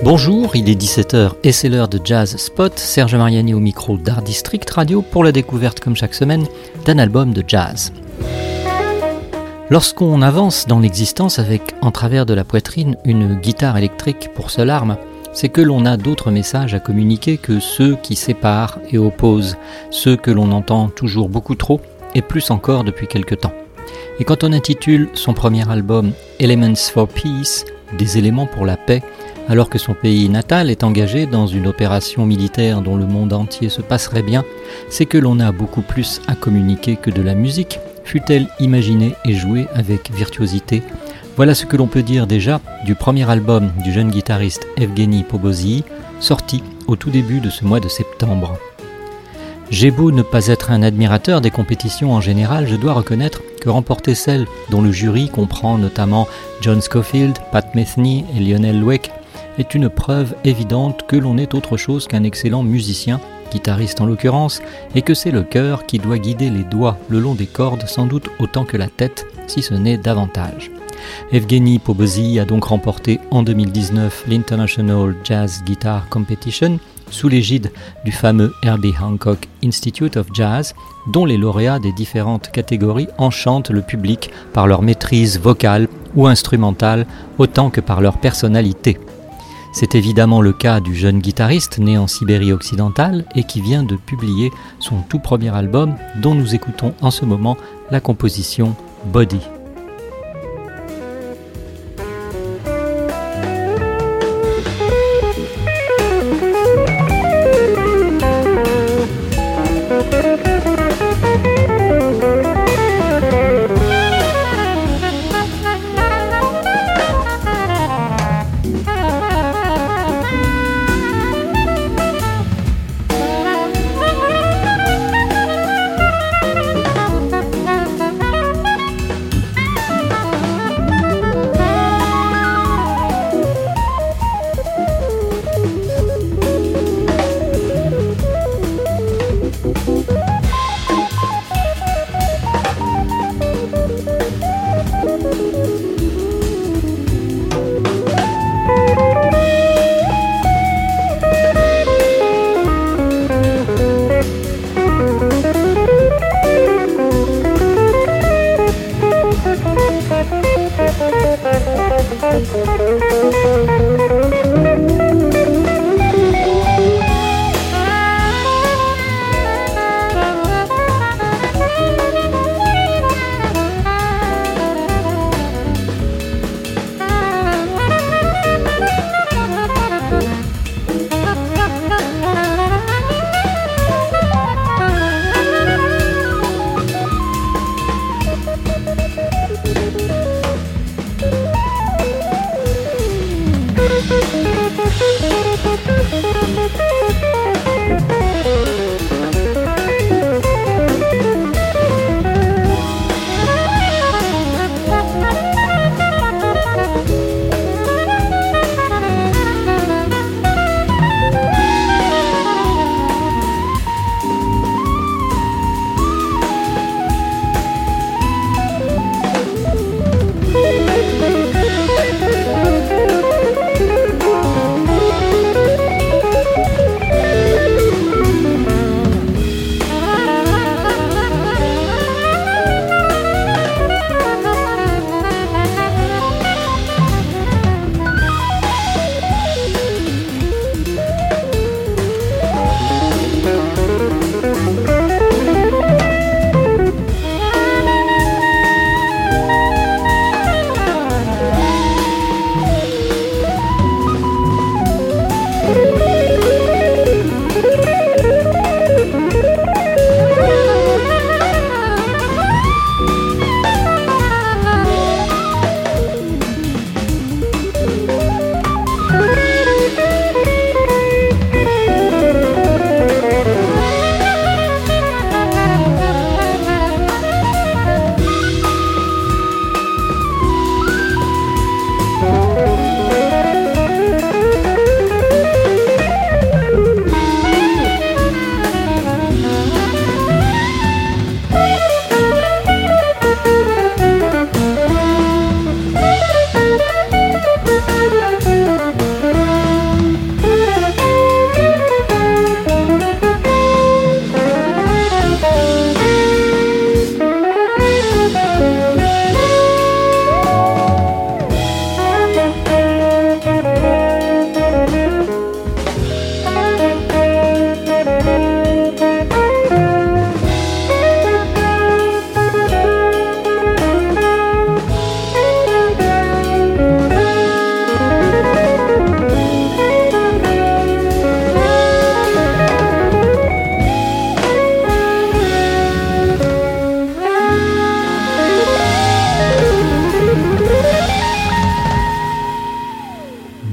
Bonjour, il est 17h et c'est l'heure de Jazz Spot. Serge Mariani au micro d'Art District Radio pour la découverte, comme chaque semaine, d'un album de jazz. Lorsqu'on avance dans l'existence avec, en travers de la poitrine, une guitare électrique pour seule arme, c'est que l'on a d'autres messages à communiquer que ceux qui séparent et opposent, ceux que l'on entend toujours beaucoup trop et plus encore depuis quelque temps. Et quand on intitule son premier album « Elements for Peace », des éléments pour la paix, alors que son pays natal est engagé dans une opération militaire dont le monde entier se passerait bien, c'est que l'on a beaucoup plus à communiquer que de la musique, fût-elle imaginée et jouée avec virtuosité. Voilà ce que l'on peut dire déjà du premier album du jeune guitariste Evgueni Pobozii, sorti au tout début de ce mois de septembre. J'ai beau ne pas être un admirateur des compétitions en général, je dois reconnaître que remporter celle dont le jury comprend notamment John Scofield, Pat Metheny et Lionel Weck est une preuve évidente que l'on est autre chose qu'un excellent musicien, guitariste en l'occurrence, et que c'est le cœur qui doit guider les doigts le long des cordes sans doute autant que la tête, si ce n'est davantage. Evgueni Pobozii a donc remporté en 2019 l'International Jazz Guitar Competition sous l'égide du fameux Herbie Hancock Institute of Jazz, dont les lauréats des différentes catégories enchantent le public par leur maîtrise vocale ou instrumentale autant que par leur personnalité. C'est évidemment le cas du jeune guitariste né en Sibérie occidentale et qui vient de publier son tout premier album dont nous écoutons en ce moment la composition Body.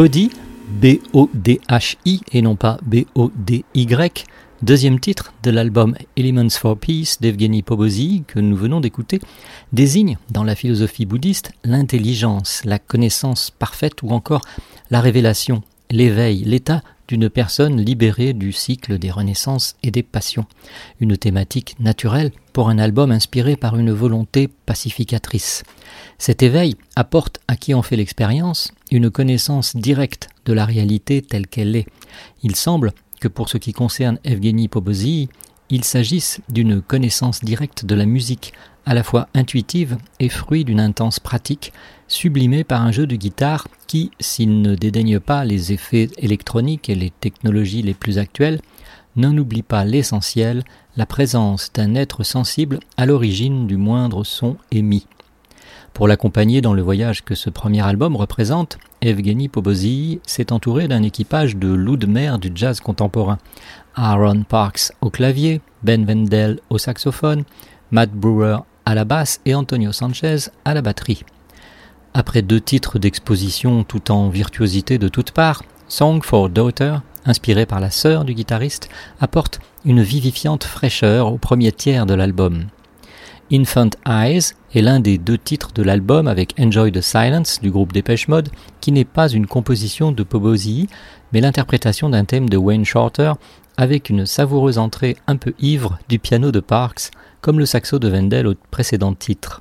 Body, B-O-D-H-I et non pas B-O-D-Y, deuxième titre de l'album Elements for Peace d'Evgeny Pobozyi que nous venons d'écouter, désigne dans la philosophie bouddhiste l'intelligence, la connaissance parfaite ou encore la révélation, l'éveil, l'état d'une personne libérée du cycle des renaissances et des passions. Une thématique naturelle pour un album inspiré par une volonté pacificatrice. Cet éveil apporte à qui en fait l'expérience une connaissance directe de la réalité telle qu'elle est. Il semble que pour ce qui concerne Evgeny Pobozyi, il s'agisse d'une connaissance directe de la musique, à la fois intuitive et fruit d'une intense pratique, sublimée par un jeu de guitare qui, s'il ne dédaigne pas les effets électroniques et les technologies les plus actuelles, n'en oublie pas l'essentiel, la présence d'un être sensible à l'origine du moindre son émis. Pour l'accompagner dans le voyage que ce premier album représente, Evgeny Pobozyi s'est entouré d'un équipage de loups de mer du jazz contemporain. Aaron Parks au clavier, Ben Wendell au saxophone, Matt Brewer à la basse et Antonio Sanchez à la batterie. Après 2 titres d'exposition tout en virtuosité de toutes parts, Song for Daughter, inspiré par la sœur du guitariste, apporte une vivifiante fraîcheur au premier tiers de l'album. Infant Eyes est l'un des 2 titres de l'album avec Enjoy the Silence du groupe Depeche Mode, qui n'est pas une composition de Pobozyi, mais l'interprétation d'un thème de Wayne Shorter avec une savoureuse entrée un peu ivre du piano de Parks, comme le saxo de Wendell au précédent titre.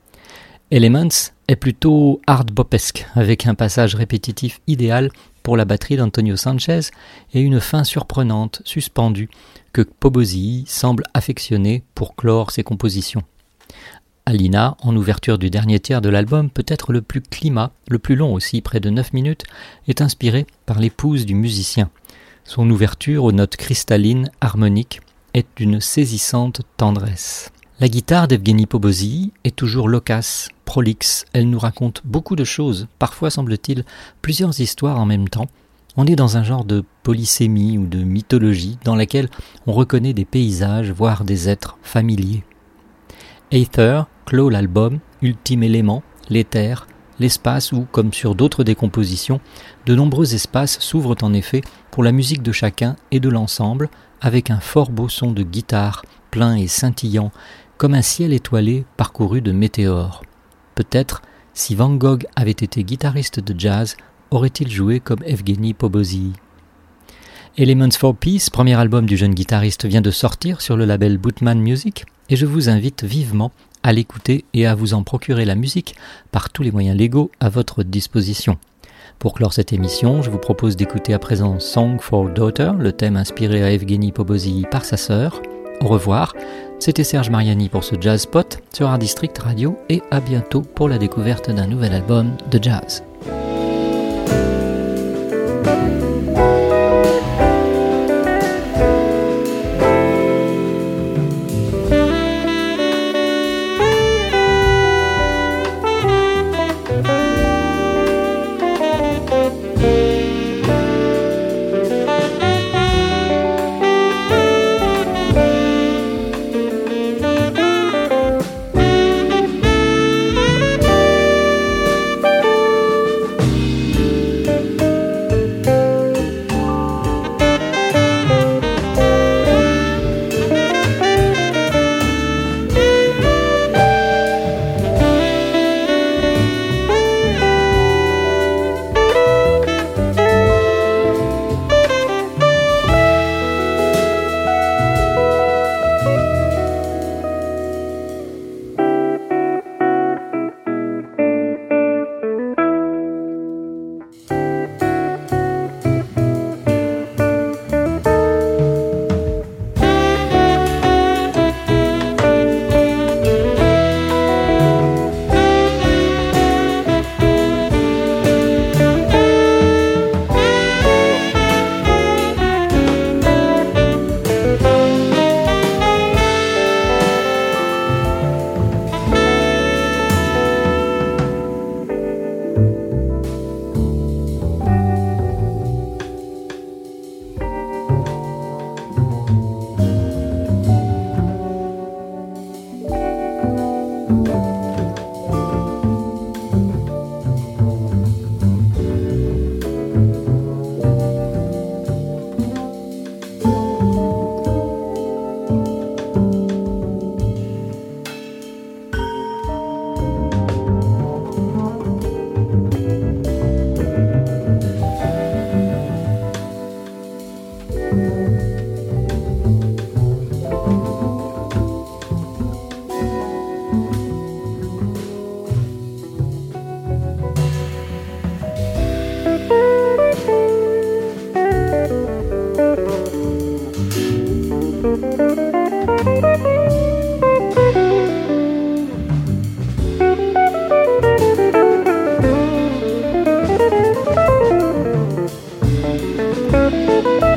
Elements est plutôt hard bopesque, avec un passage répétitif idéal pour la batterie d'Antonio Sanchez et une fin surprenante, suspendue, que Pobozyi semble affectionner pour clore ses compositions. Alina, en ouverture du dernier tiers de l'album, peut-être le plus climat, le plus long aussi, près de 9 minutes, est inspiré par l'épouse du musicien. Son ouverture aux notes cristallines, harmoniques, est d'une saisissante tendresse. La guitare d'Evgeny Pobozyi est toujours loquace, prolixe, elle nous raconte beaucoup de choses, parfois semble-t-il plusieurs histoires en même temps. On est dans un genre de polysémie ou de mythologie dans laquelle on reconnaît des paysages, voire des êtres familiers. Aether clôt l'album, ultime élément, l'éther, l'espace où, comme sur d'autres décompositions, de nombreux espaces s'ouvrent en effet pour la musique de chacun et de l'ensemble, avec un fort beau son de guitare, plein et scintillant, comme un ciel étoilé parcouru de météores. Peut-être, si Van Gogh avait été guitariste de jazz, aurait-il joué comme Evgeny Pobozyi. Elements for Peace, premier album du jeune guitariste, vient de sortir sur le label Bootman Music, et je vous invite vivement à l'écouter et à vous en procurer la musique par tous les moyens légaux à votre disposition. Pour clore cette émission, je vous propose d'écouter à présent Song for Daughter, le thème inspiré à Evgeny Pobozyi par sa sœur. Au revoir, c'était Serge Mariani pour ce Jazz Spot sur Art District Radio et à bientôt pour la découverte d'un nouvel album de jazz. Thank you.